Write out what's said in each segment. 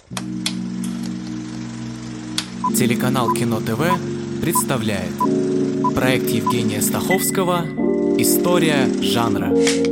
Телеканал Кино ТВ представляет проект Евгения Стаховского «История жанра».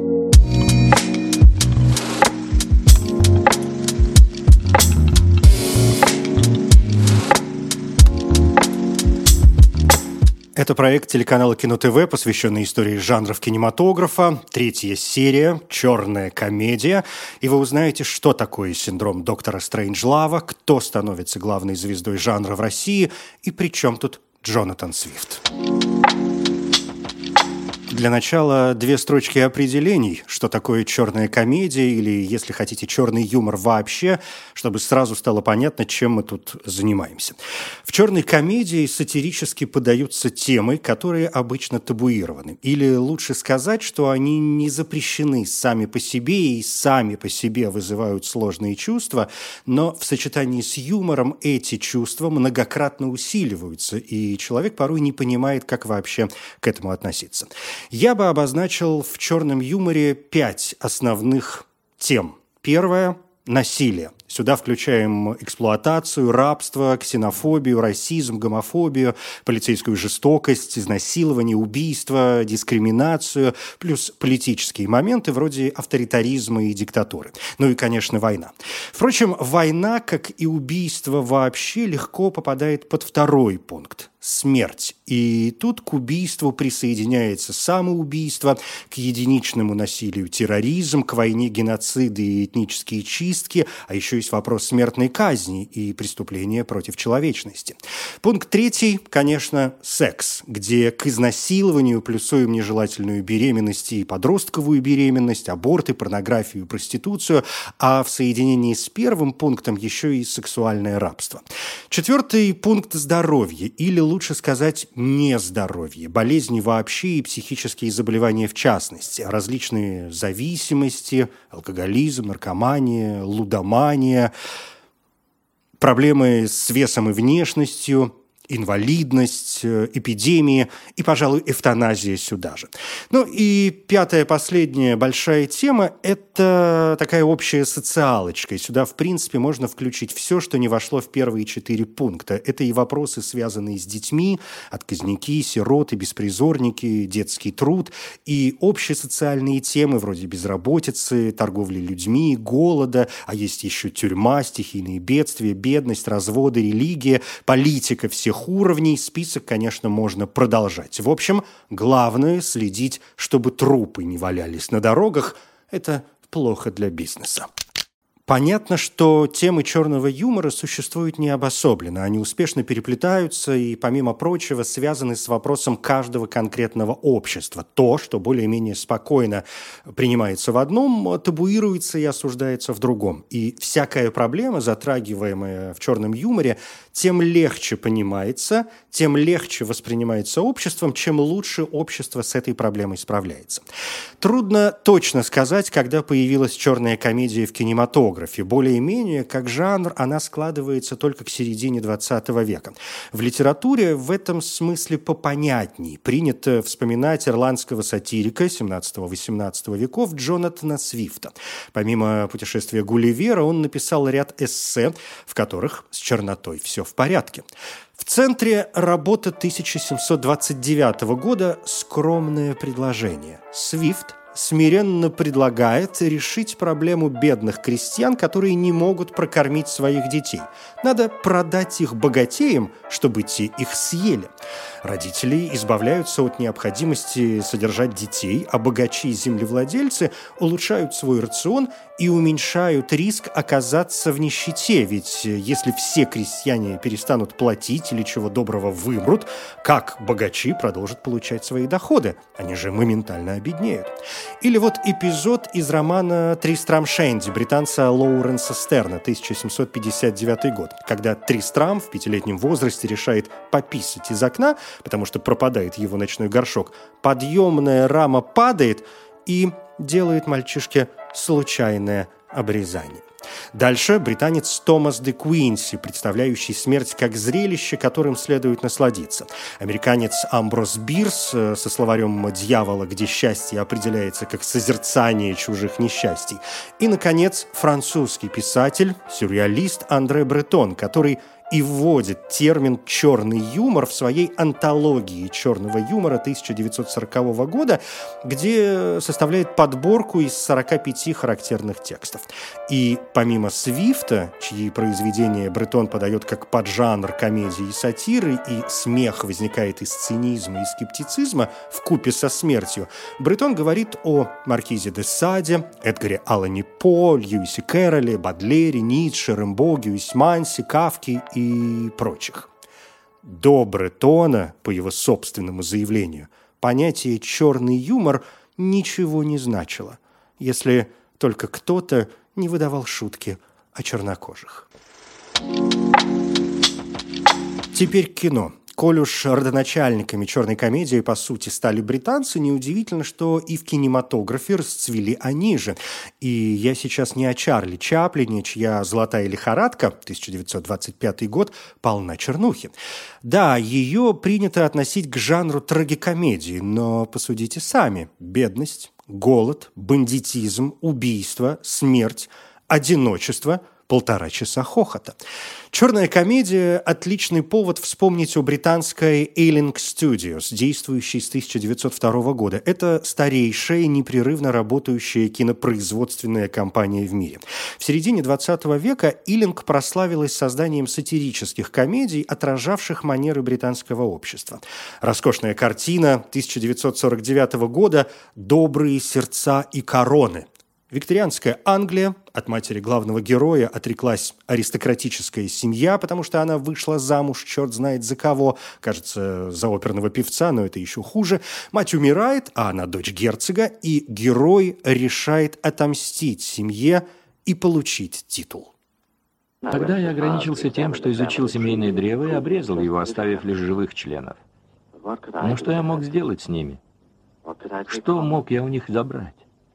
Это проект телеканала Кино ТВ, посвященный истории жанров кинематографа. 3-я серия «Черная комедия». И вы узнаете, что такое синдром доктора Стрейнджлава, кто становится главной звездой жанра в России и при чем тут Джонатан Свифт. Для начала 2 строчки определений, что такое черная комедия или, если хотите, черный юмор вообще, чтобы сразу стало понятно, чем мы тут занимаемся. В черной комедии сатирически подаются темы, которые обычно табуированы. Или лучше сказать, что они не запрещены сами по себе и сами по себе вызывают сложные чувства, но в сочетании с юмором эти чувства многократно усиливаются, и человек порой не понимает, как вообще к этому относиться. Я бы обозначил в черном юморе 5 основных тем. Первое – насилие. Сюда включаем эксплуатацию, рабство, ксенофобию, расизм, гомофобию, полицейскую жестокость, изнасилование, убийство, дискриминацию, плюс политические моменты вроде авторитаризма и диктатуры. Ну и, конечно, война. Впрочем, война, как и убийство вообще, легко попадает под второй пункт – смерть. И тут к убийству присоединяется самоубийство, к единичному насилию терроризм, к войне геноциды и этнические чистки, а еще есть вопрос смертной казни и преступления против человечности. Пункт 3, конечно, секс, где к изнасилованию плюсуем нежелательную беременность и подростковую беременность, аборты, порнографию, проституцию, а в соединении с первым пунктом еще и сексуальное рабство. 4 пункт – здоровье, или лучше сказать нездоровье, болезни вообще и психические заболевания в частности, различные зависимости, алкоголизм, наркомания, лудомания, проблемы с весом и внешностью, инвалидность, эпидемии и, пожалуй, эвтаназия сюда же. Ну и 5-я, последняя большая тема – это такая общая социалочка. И сюда, в принципе, можно включить все, что не вошло в первые 4 пункта. Это и вопросы, связанные с детьми, отказники, сироты, беспризорники, детский труд, и общие социальные темы вроде безработицы, торговли людьми, голода, а есть еще тюрьма, стихийные бедствия, бедность, разводы, религия, политика всех уровней. Список, конечно, можно продолжать. В общем, главное следить, чтобы трупы не валялись на дорогах. Это плохо для бизнеса. Понятно, что темы черного юмора существуют не обособленно. Они успешно переплетаются и, помимо прочего, связаны с вопросом каждого конкретного общества. То, что более-менее спокойно принимается в одном, табуируется и осуждается в другом. И всякая проблема, затрагиваемая в черном юморе, тем легче понимается, тем легче воспринимается обществом, чем лучше общество с этой проблемой справляется. Трудно точно сказать, когда появилась черная комедия в кинематографе. Более-менее, как жанр, она складывается только к середине XX века. В литературе в этом смысле попонятней. Принято вспоминать ирландского сатирика XVII-XVIII веков Джонатана Свифта. Помимо «Путешествия Гулливера» он написал ряд эссе, в которых с чернотой все в порядке. В центре работа 1729 года «Скромное предложение». Свифт смиренно предлагает решить проблему бедных крестьян, которые не могут прокормить своих детей. Надо продать их богатеям, чтобы те их съели. Родители избавляются от необходимости содержать детей, а богачи-землевладельцы улучшают свой рацион и уменьшают риск оказаться в нищете. Ведь если все крестьяне перестанут платить или чего доброго вымрут, как богачи продолжат получать свои доходы? Они же моментально обеднеют. Или вот эпизод из романа «Тристрам Шенди» британца Лоуренса Стерна, 1759 год, когда Тристрам в 5-летнем возрасте решает пописать из окна, потому что пропадает его ночной горшок. Подъемная рама падает и делает мальчишке случайное обрезание. Дальше британец Томас де Куинси, представляющий смерть как зрелище, которым следует насладиться. Американец Амброс Бирс со словарем дьявола, где счастье определяется как созерцание чужих несчастий. И, наконец, французский писатель, сюрреалист Андре Бретон, который и вводит термин «черный юмор» в своей антологии черного юмора 1940 года, где составляет подборку из 45 характерных текстов. И помимо Свифта, чьи произведения Бретон подает как поджанр комедии и сатиры, и смех возникает из цинизма и скептицизма вкупе со смертью, Бретон говорит о Маркизе де Саде, Эдгаре Аллане По, Льюисе Кэрроле, Бодлере, Ницше, Рембо, Гюйсмансе, Кафке и прочих. До Бретона, по его собственному заявлению, понятие «черный юмор» ничего не значило, если только кто-то не выдавал шутки о чернокожих. Теперь кино. Коль уж родоначальниками черной комедии, по сути, стали британцы, неудивительно, что и в кинематографе расцвели они же. И я сейчас не о Чарли Чаплине, чья «Золотая лихорадка» 1925 год полна чернухи. Да, ее принято относить к жанру трагикомедии, но посудите сами. Бедность, голод, бандитизм, убийство, смерть, одиночество – 1,5 часа хохота. «Черная комедия» – отличный повод вспомнить о британской Ealing Studios, действующей с 1902 года. Это старейшая, непрерывно работающая кинопроизводственная компания в мире. В середине 20 века Ealing прославилась созданием сатирических комедий, отражавших манеры британского общества. Роскошная картина 1949 года «Добрые сердца и короны». Викторианская Англия, от матери главного героя отреклась аристократическая семья, потому что она вышла замуж черт знает за кого, кажется, за оперного певца, но это еще хуже. Мать умирает, а она дочь герцога, и герой решает отомстить семье и получить титул. Тогда я ограничился тем, что изучил семейное древо и обрезал его, оставив лишь живых членов. Но что я мог сделать с ними? Что мог я у них забрать?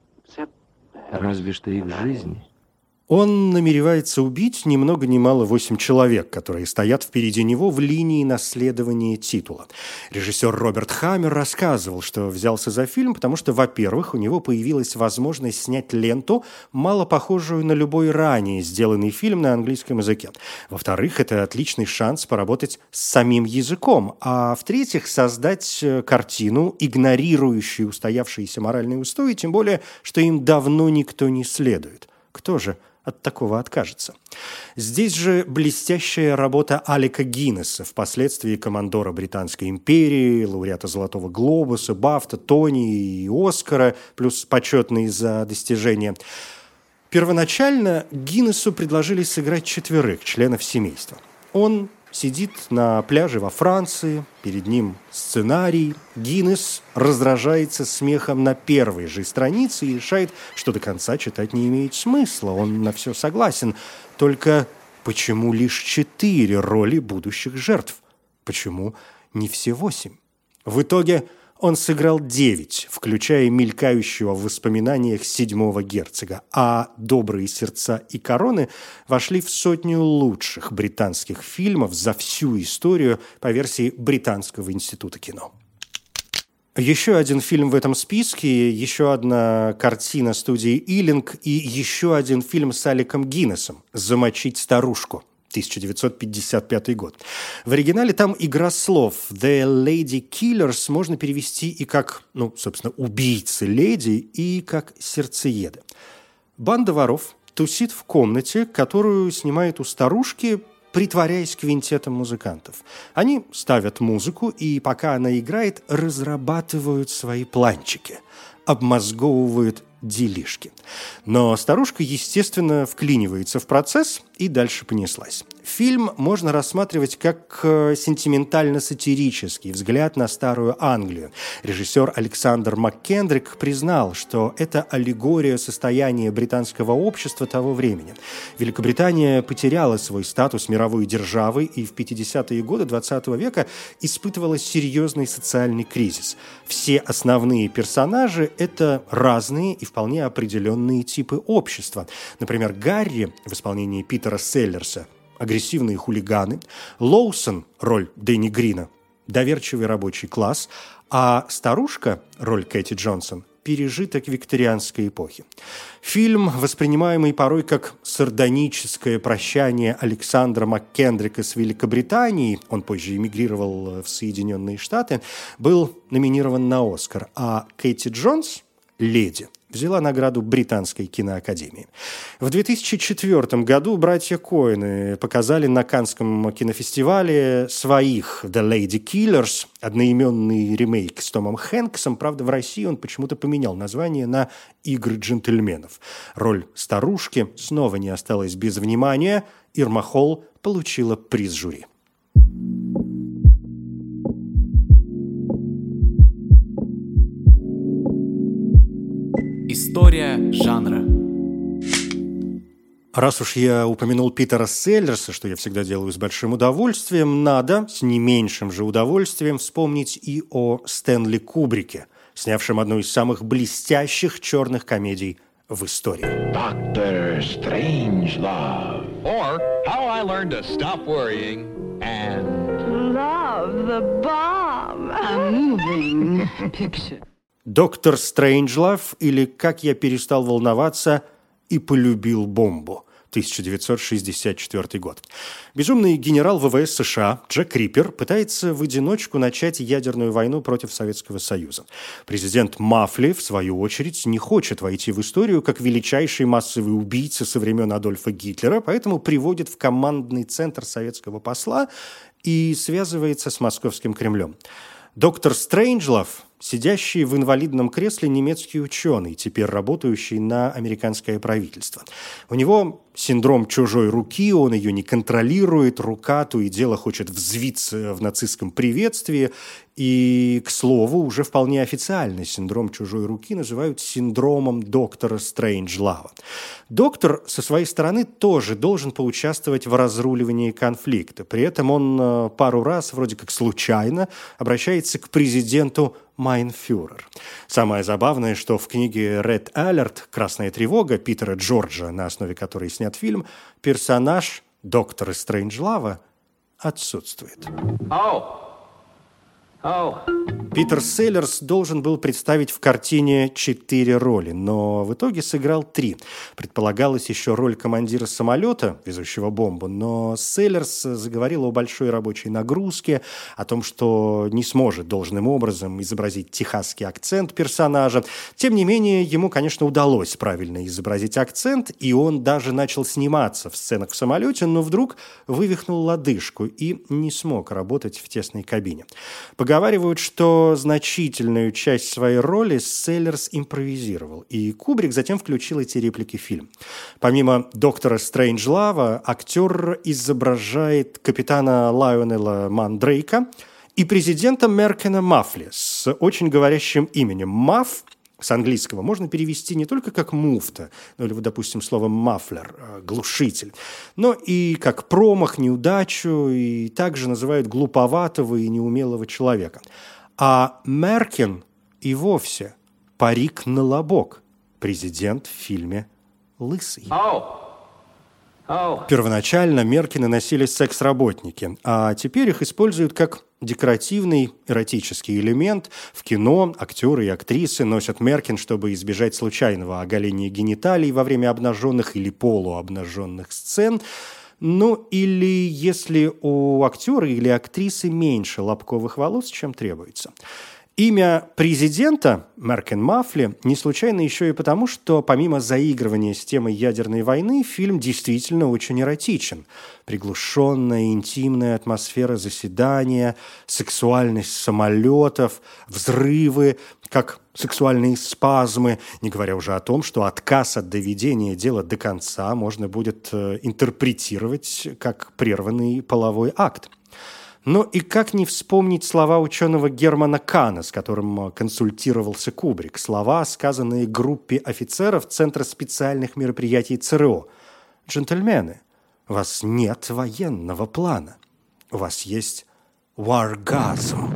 Разве что их жизни. Он намеревается убить ни много ни мало 8 человек, которые стоят впереди него в линии наследования титула. Режиссер Роберт Хаммер рассказывал, что взялся за фильм, потому что, во-первых, у него появилась возможность снять ленту, мало похожую на любой ранее сделанный фильм на английском языке. Во-вторых, это отличный шанс поработать с самим языком. А в-третьих, создать картину, игнорирующую устоявшиеся моральные устои, тем более, что им давно никто не следует. Кто же от такого откажется? Здесь же блестящая работа Алека Гиннесса, впоследствии командора Британской империи, лауреата Золотого глобуса, Бафта, Тони и Оскара, плюс почетные за достижения. Первоначально Гиннессу предложили сыграть 4 членов семейства. Он сидит на пляже во Франции, перед ним сценарий. Гиннесс раздражается смехом на первой же странице и решает, что до конца читать не имеет смысла. Он на все согласен. Только почему лишь 4 роли будущих жертв? Почему не все 8? В итоге он сыграл 9, включая мелькающего в воспоминаниях 7-го герцога, а «Добрые сердца и короны» вошли в 100 лучших британских фильмов за всю историю по версии Британского института кино. Еще один фильм в этом списке, еще одна картина студии Ealing и еще один фильм с Алеком Гиннессом «Замочить старушку». 1955 год. В оригинале там игра слов «The Lady Killers» можно перевести и как, собственно, «убийцы леди», и как «сердцееды». Банда воров тусит в комнате, которую снимает у старушки, притворяясь квинтетом музыкантов. Они ставят музыку и, пока она играет, разрабатывают свои планчики, обмозговывают делишки. Но старушка, естественно, вклинивается в процесс и дальше понеслась. Фильм можно рассматривать как сентиментально-сатирический взгляд на старую Англию. Режиссер Александр Маккендрик признал, что это аллегория состояния британского общества того времени. Великобритания потеряла свой статус мировой державы и в 50-е годы XX века испытывала серьезный социальный кризис. Все основные персонажи – это разные и вполне определенные типы общества. Например, Гарри в исполнении Питера Селлерса – агрессивные хулиганы, Лоусон – роль Дэнни Грина, доверчивый рабочий класс, а старушка – роль Кэти Джонсон – пережиток викторианской эпохи. Фильм, воспринимаемый порой как сардоническое прощание Александра Маккендрика с Великобританией, он позже эмигрировал в Соединенные Штаты, был номинирован на «Оскар», а Кэти Джонс – «Леди» взяла награду Британской киноакадемии. В 2004 году братья Коэны показали на Каннском кинофестивале своих «The Lady Killers», одноименный ремейк с Томом Хэнксом. Правда, в России он почему-то поменял название на «Игры джентльменов». Роль старушки снова не осталась без внимания. Ирма Холл получила приз жюри. История жанра. Раз уж я упомянул Питера Селлерса, что я всегда делаю с большим удовольствием, надо с не меньшим же удовольствием вспомнить и о Стэнли Кубрике, снявшем одну из самых блестящих черных комедий в истории. Dr. Strangelove. Or How I Learned to Stop Worrying and Love the Bomb. A moving picture. «Доктор Стрэнджлав» или «Как я перестал волноваться и полюбил бомбу», 1964 год. Безумный генерал ВВС США Джек Риппер пытается в одиночку начать ядерную войну против Советского Союза. Президент Мафли, в свою очередь, не хочет войти в историю как величайший массовый убийца со времен Адольфа Гитлера, поэтому приводит в командный центр советского посла и связывается с московским Кремлем. Доктор Стрэнджлав – сидящий в инвалидном кресле немецкий ученый, теперь работающий на американское правительство. У него синдром чужой руки, он ее не контролирует, рука то и дело хочет взвиться в нацистском приветствии. И, к слову, уже вполне официально синдром чужой руки называют синдромом доктора Стрэнджлава. Доктор, со своей стороны, тоже должен поучаствовать в разруливании конфликта. При этом он пару раз, вроде как случайно, обращается к президенту «Mein Führer». Самое забавное, что в книге «Red Alert» «Красная тревога» Питера Джорджа, на основе которой снят фильм, персонаж доктора Стрэнджлава отсутствует. Питер Селлерс должен был представить в картине 4 роли, но в итоге сыграл 3. Предполагалась еще роль командира самолета, везущего бомбу, но Селлерс заговорил о большой рабочей нагрузке, о том, что не сможет должным образом изобразить техасский акцент персонажа. Тем не менее, ему, конечно, удалось правильно изобразить акцент, и он даже начал сниматься в сценах в самолете, но вдруг вывихнул лодыжку и не смог работать в тесной кабине. Поговаривают, что значительную часть своей роли Селлерс импровизировал, и Кубрик затем включил эти реплики в фильм. Помимо доктора Стрэнджлава, актер изображает капитана Лайонела Мандрейка и президента Меркена Мафли с очень говорящим именем. Маф с английского можно перевести не только как муфта, ну или, допустим, словом мафлер, глушитель, но и как промах, неудачу, и также называют глуповатого и неумелого человека. А Меркен и вовсе парик на лобок. Президент в фильме «Лысый». Первоначально Меркины носили секс-работники, а теперь их используют как декоративный эротический элемент. В кино актеры и актрисы носят меркин, чтобы избежать случайного оголения гениталий во время обнаженных или полуобнаженных сцен. Ну или если у актера или актрисы меньше лобковых волос, чем требуется. Имя президента, Меркен Мафли, не случайно еще и потому, что помимо заигрывания с темой ядерной войны, фильм действительно очень эротичен. Приглушенная, интимная атмосфера заседания, сексуальность самолетов, взрывы, как сексуальные спазмы, не говоря уже о том, что отказ от доведения дела до конца можно будет интерпретировать как прерванный половой акт. Но и как не вспомнить слова ученого Германа Кана, с которым консультировался Кубрик, слова, сказанные группе офицеров Центра специальных мероприятий ЦРУ. «Джентльмены, у вас нет военного плана, у вас есть варгазм».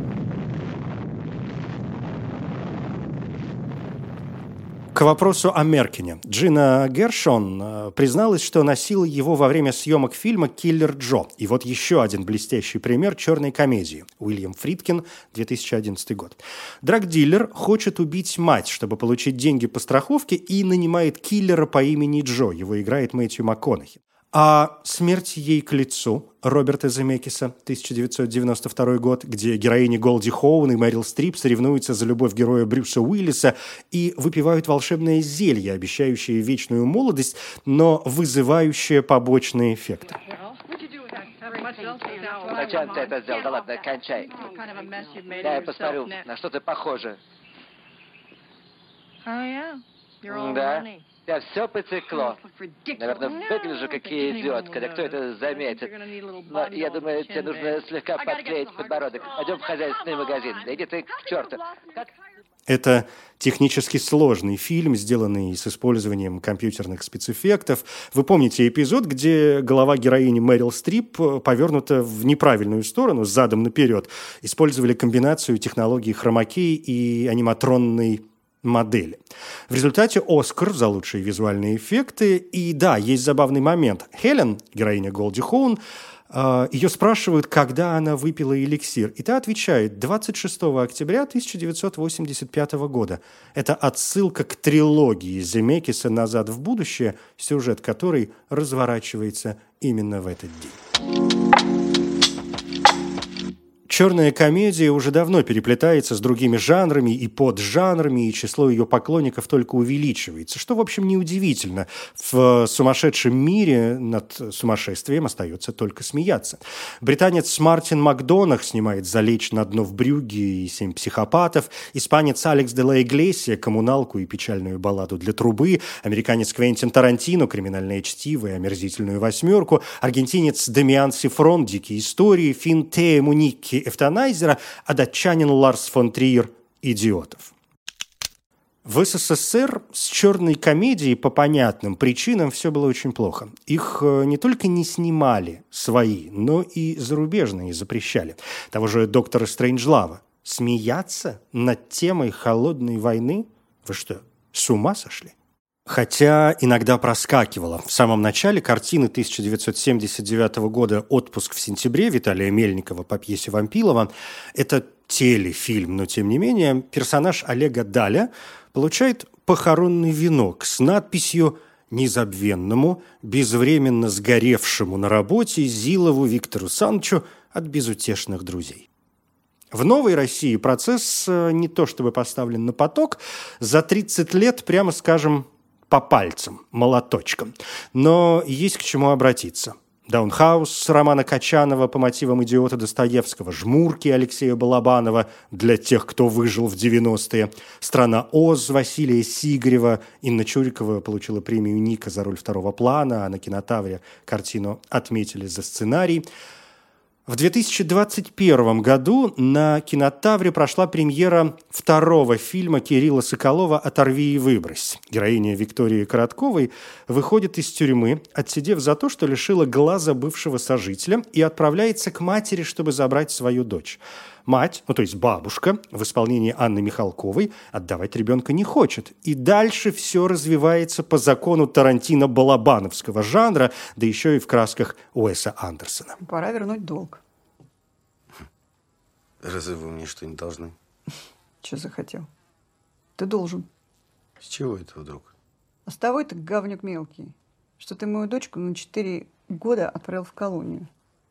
К вопросу о Меркине. Джина Гершон призналась, что носила его во время съемок фильма «Киллер Джо». И вот еще один блестящий пример черной комедии. Уильям Фридкин, 2011 год. Драгдилер хочет убить мать, чтобы получить деньги по страховке, и нанимает киллера по имени Джо. Его играет Мэтью МакКонахи. А «Смерть ей к лицу» Роберта Земекиса, 1992 год, где героини Голди Хоун и Мэрил Стрип соревнуются за любовь героя Брюса Уиллиса и выпивают волшебное зелье, обещающее вечную молодость, но вызывающее побочные эффекты. Зачем ты это сделал? Да ладно, кончай. Да, я посмотрю, на что ты похожа. Да? Я все потекло. Наверное, выгляжу как идиотка, да кто это заметит. Но я думаю, тебе нужно слегка подклеить подбородок. Пойдем в хозяйственный магазин. Да иди ты к черту. Это технически сложный фильм, сделанный с использованием компьютерных спецэффектов. Вы помните эпизод, где голова героини Мэрил Стрип повернута в неправильную сторону, задом наперед. Использовали комбинацию технологий хромакей и аниматронной модели. В результате «Оскар» за лучшие визуальные эффекты. И да, есть забавный момент. Хелен, героиня Голди Хоун, ее спрашивают, когда она выпила эликсир. И та отвечает: 26 октября 1985 года. Это отсылка к трилогии Земекиса «Назад в будущее», сюжет которой разворачивается именно в этот день. Черная комедия уже давно переплетается с другими жанрами и поджанрами, и число ее поклонников только увеличивается, что, в общем, неудивительно. В сумасшедшем мире над сумасшествием остается только смеяться. Британец Мартин Макдонах снимает «Залечь на дно в Брюгге» и «Семь психопатов», испанец Алекс де ла Иглесия «Коммуналку» и печальную балладу для трубы, американец Квентин Тарантино «Криминальное чтиво» и «Омерзительную восьмерку», аргентинец Дамиан Сифрон «Дикие истории», финн Теему Никки «Эвтанайзера», а датчанин Ларс фон Триер «Идиотов». В СССР с черной комедией по понятным причинам все было очень плохо. Их не только не снимали свои, но и зарубежные запрещали. Того же доктора Стрейнджлава. Смеяться над темой холодной войны? Вы что, с ума сошли? Хотя иногда проскакивало. В самом начале картины 1979 года «Отпуск в сентябре» Виталия Мельникова по пьесе Вампилова – это телефильм, но тем не менее персонаж Олега Даля получает похоронный венок с надписью «Незабвенному, безвременно сгоревшему на работе Зилову Виктору Санычу от безутешных друзей». В новой России процесс не то чтобы поставлен на поток, за 30 лет, прямо скажем, по пальцам, молоточком. Но есть к чему обратиться. «Даунхаус» Романа Качанова по мотивам «Идиота» Достоевского, «Жмурки» Алексея Балабанова для тех, кто выжил в 90-е, «Страна Оз» Василия Сигарева, Инна Чурикова получила премию Ника за роль второго плана, а на Кинотавре картину отметили за сценарий. В 2021 году на Кинотавре прошла премьера второго фильма Кирилла Соколова «Оторви и выбрось». Героиня Виктории Коротковой выходит из тюрьмы, отсидев за то, что лишила глаза бывшего сожителя, и отправляется к матери, чтобы забрать свою дочь. Мать, то есть бабушка, в исполнении Анны Михалковой, отдавать ребенка не хочет. И дальше все развивается по закону Тарантино-балабановского жанра, да еще и в красках Уэса Андерсона. Пора вернуть долг. Разве вы мне что не должны? Че захотел? Ты должен. С чего это вдруг? А с того ты говнюк мелкий, что ты мою дочку на 4 года отправил в колонию.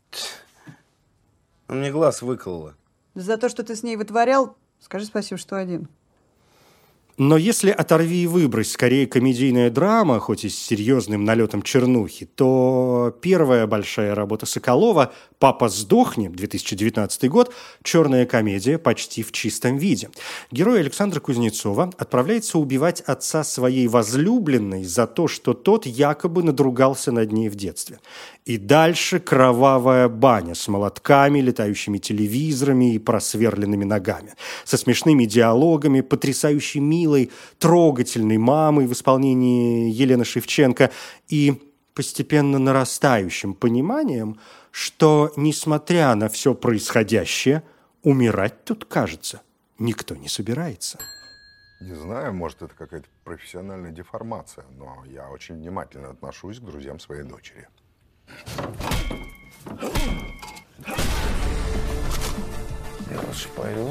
Он мне глаз выколола. За то, что ты с ней вытворял, скажи спасибо, что один. Но если «Оторви и выбрось» скорее комедийная драма, хоть и с серьезным налетом чернухи, то первая большая работа Соколова «Папа, сдохни» 2019 год – черная комедия почти в чистом виде. Герой Александра Кузнецова отправляется убивать отца своей возлюбленной за то, что тот якобы надругался над ней в детстве. И дальше кровавая баня с молотками, летающими телевизорами и просверленными ногами, со смешными диалогами, потрясающей милой, трогательной мамой в исполнении Елены Шевченко и постепенно нарастающим пониманием, что, несмотря на все происходящее, умирать тут, кажется, никто не собирается. Не знаю, может, это какая-то профессиональная деформация, но я очень внимательно отношусь к друзьям своей дочери. Я лучше пойду.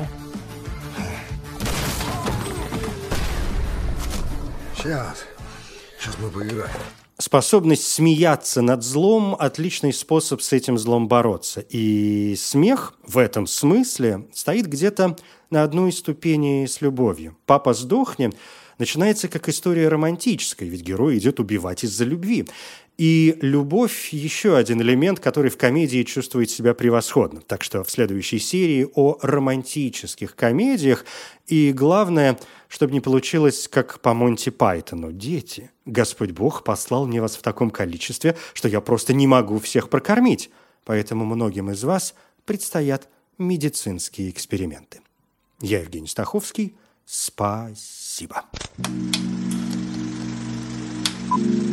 Сейчас мы поиграем. Способность смеяться над злом – отличный способ с этим злом бороться. И смех в этом смысле стоит где-то на одной ступени с любовью. «Папа, сдохни» начинается как история романтическая, ведь герой идет убивать из-за любви. И любовь – еще один элемент, который в комедии чувствует себя превосходно. Так что в следующей серии о романтических комедиях. И главное, чтобы не получилось, как по Монти Пайтону. Дети, Господь Бог послал мне вас в таком количестве, что я просто не могу всех прокормить. Поэтому многим из вас предстоят медицинские эксперименты. Я Евгений Стаховский. Спасибо.